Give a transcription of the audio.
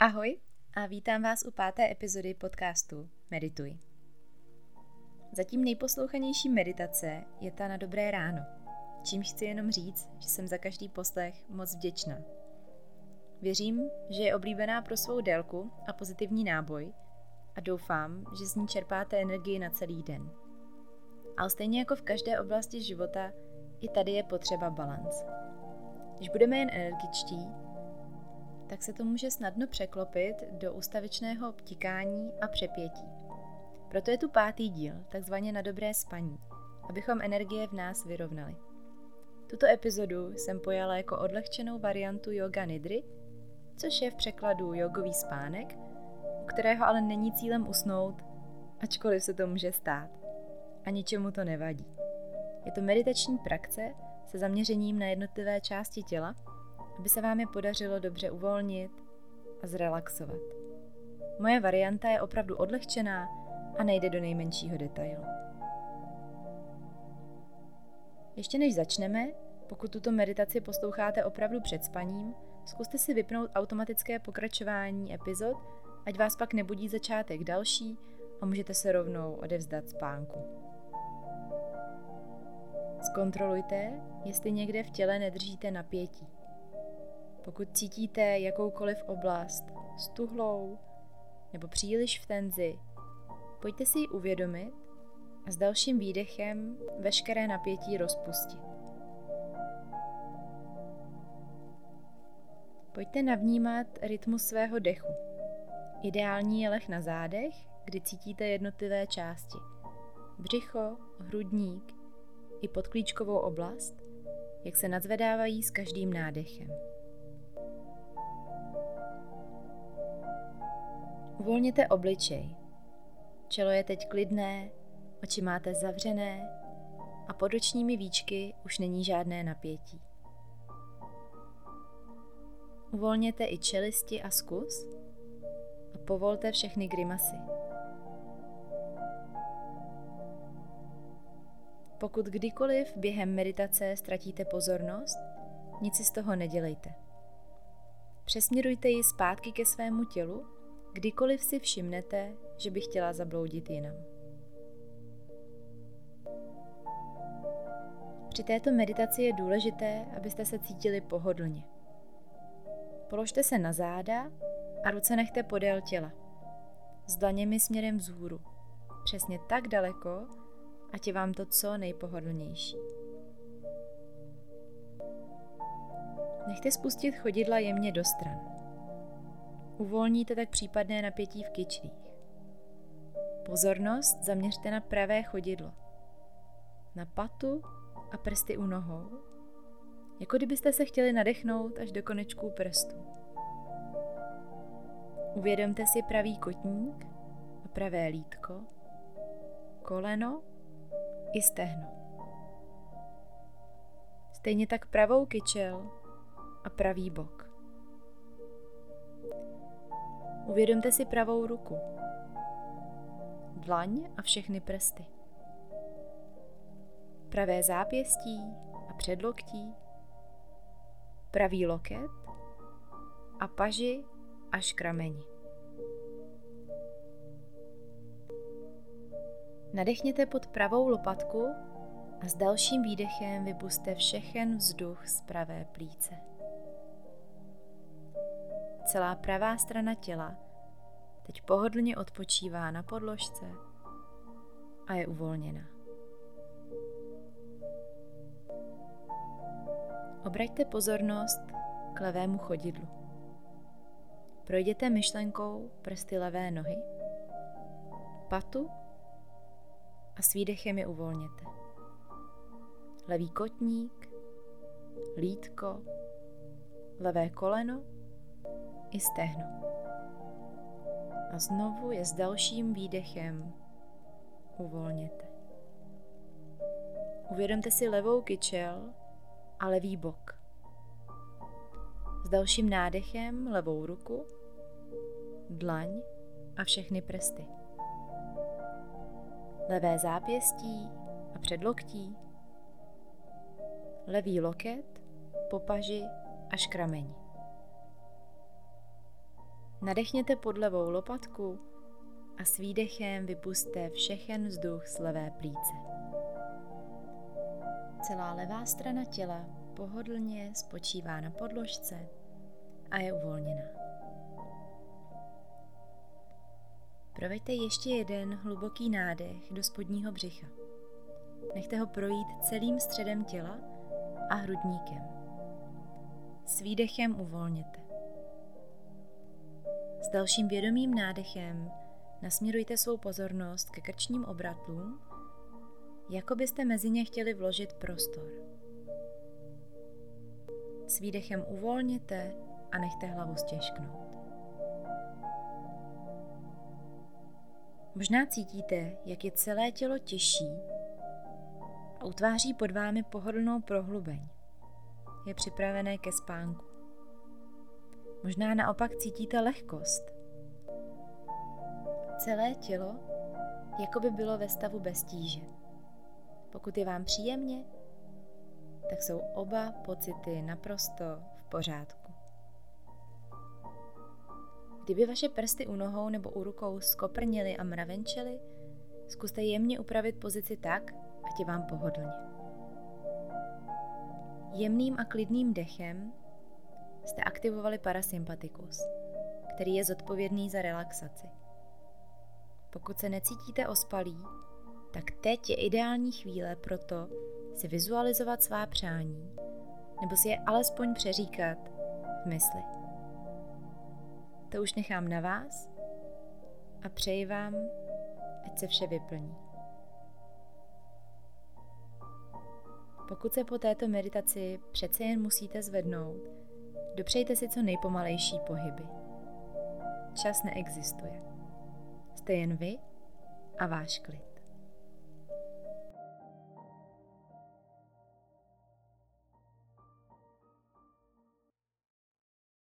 Ahoj a vítám vás u 5. epizody podcastu Medituj. Zatím nejposlouchanější meditace je ta na dobré ráno, čímž chci jenom říct, že jsem za každý poslech moc vděčná. Věřím, že je oblíbená pro svou délku a pozitivní náboj a doufám, že z ní čerpáte energii na celý den. Ale stejně jako v každé oblasti života, i tady je potřeba balanc. Když budeme jen energičtí, tak se to může snadno překlopit do ustavičného obtíkání a přepětí. Proto je tu 5. díl, takzvaně na dobré spaní, abychom energie v nás vyrovnali. Tuto epizodu jsem pojala jako odlehčenou variantu yoga nidry, což je v překladu jogový spánek, u kterého ale není cílem usnout, ačkoliv se to může stát. A ničemu to nevadí. Je to meditační praxe se zaměřením na jednotlivé části těla, aby se vám je podařilo dobře uvolnit a zrelaxovat. Moje varianta je opravdu odlehčená a nejde do nejmenšího detailu. Ještě než začneme, pokud tuto meditaci posloucháte opravdu před spaním, zkuste si vypnout automatické pokračování epizod, ať vás pak nebudí začátek další a můžete se rovnou odevzdat spánku. Zkontrolujte, jestli někde v těle nedržíte napětí. Pokud cítíte jakoukoliv oblast stuhlou nebo příliš v tenzi, pojďte si ji uvědomit a s dalším výdechem veškeré napětí rozpustit. Pojďte navnímat rytmus svého dechu. Ideální je leh na zádech, kdy cítíte jednotlivé části. Břicho, hrudník i podklíčkovou oblast, jak se nadzvedávají s každým nádechem. Uvolněte obličej. Čelo je teď klidné, oči máte zavřené a pod očními víčky už není žádné napětí. Uvolněte i čelisti a skus a povolte všechny grimasy. Pokud kdykoliv během meditace ztratíte pozornost, nic si z toho nedělejte. Přesměrujte ji zpátky ke svému tělu, kdykoliv si všimnete, že by chtěla zabloudit jinam. Při této meditaci je důležité, abyste se cítili pohodlně. Položte se na záda a ruce nechte podél těla. S dlaněmi směrem vzhůru. Přesně tak daleko, ať je vám to co nejpohodlnější. Nechte spustit chodidla jemně do stran. Uvolníte tak případné napětí v kyčlích. Pozornost zaměřte na pravé chodidlo, na patu a prsty u nohou, jako kdybyste se chtěli nadechnout až do konečků prstů. Uvědomte si pravý kotník a pravé lítko, koleno i stehno. Stejně tak pravou kyčel a pravý bok. Uvědomte si pravou ruku, dlaň a všechny prsty. Pravé zápěstí a předloktí, pravý loket a paži až k rameni. Nadechněte pod pravou lopatku a s dalším výdechem vypusťte všechen vzduch z pravé plíce. Celá pravá strana těla teď pohodlně odpočívá na podložce a je uvolněná. Obraťte pozornost k levému chodidlu. Projděte myšlenkou prsty levé nohy, patu a s výdechem je uvolněte. Levý kotník, lítko, levé koleno i stehno. A znovu je s dalším výdechem uvolněte. Uvědomte si levou kyčel a levý bok. S dalším nádechem levou ruku, dlaň a všechny prsty. Levé zápěstí a předloktí, levý loket, po paži až k rameni. Nadechněte pod levou lopatku a s výdechem vypusťte všechen vzduch z levé plíce. Celá levá strana těla pohodlně spočívá na podložce a je uvolněná. Proveďte ještě jeden hluboký nádech do spodního břicha. Nechte ho projít celým středem těla a hrudníkem. S výdechem uvolněte. S dalším vědomým nádechem nasměrujte svou pozornost ke krčním obratlům, jako byste mezi ně chtěli vložit prostor. S výdechem uvolněte a nechte hlavu stěžknout. Možná cítíte, jak je celé tělo těžší a utváří pod vámi pohodlnou prohlubeň. Je připravené ke spánku. Možná naopak cítíte lehkost. Celé tělo jako by bylo ve stavu bez tíže. Pokud je vám příjemně, tak jsou oba pocity naprosto v pořádku. Kdyby vaše prsty u nohou nebo u rukou skoprnily a mravenčely, zkuste jemně upravit pozici tak, ať je vám pohodlně. Jemným a klidným dechem jste aktivovali parasympatikus, který je zodpovědný za relaxaci. Pokud se necítíte ospalí, tak teď je ideální chvíle pro to si vizualizovat svá přání nebo si je alespoň přeříkat v mysli. To už nechám na vás a přeji vám, ať se vše vyplní. Pokud se po této meditaci přece jen musíte zvednout, dopřejte si co nejpomalejší pohyby. Čas neexistuje. Jste jen vy a váš klid.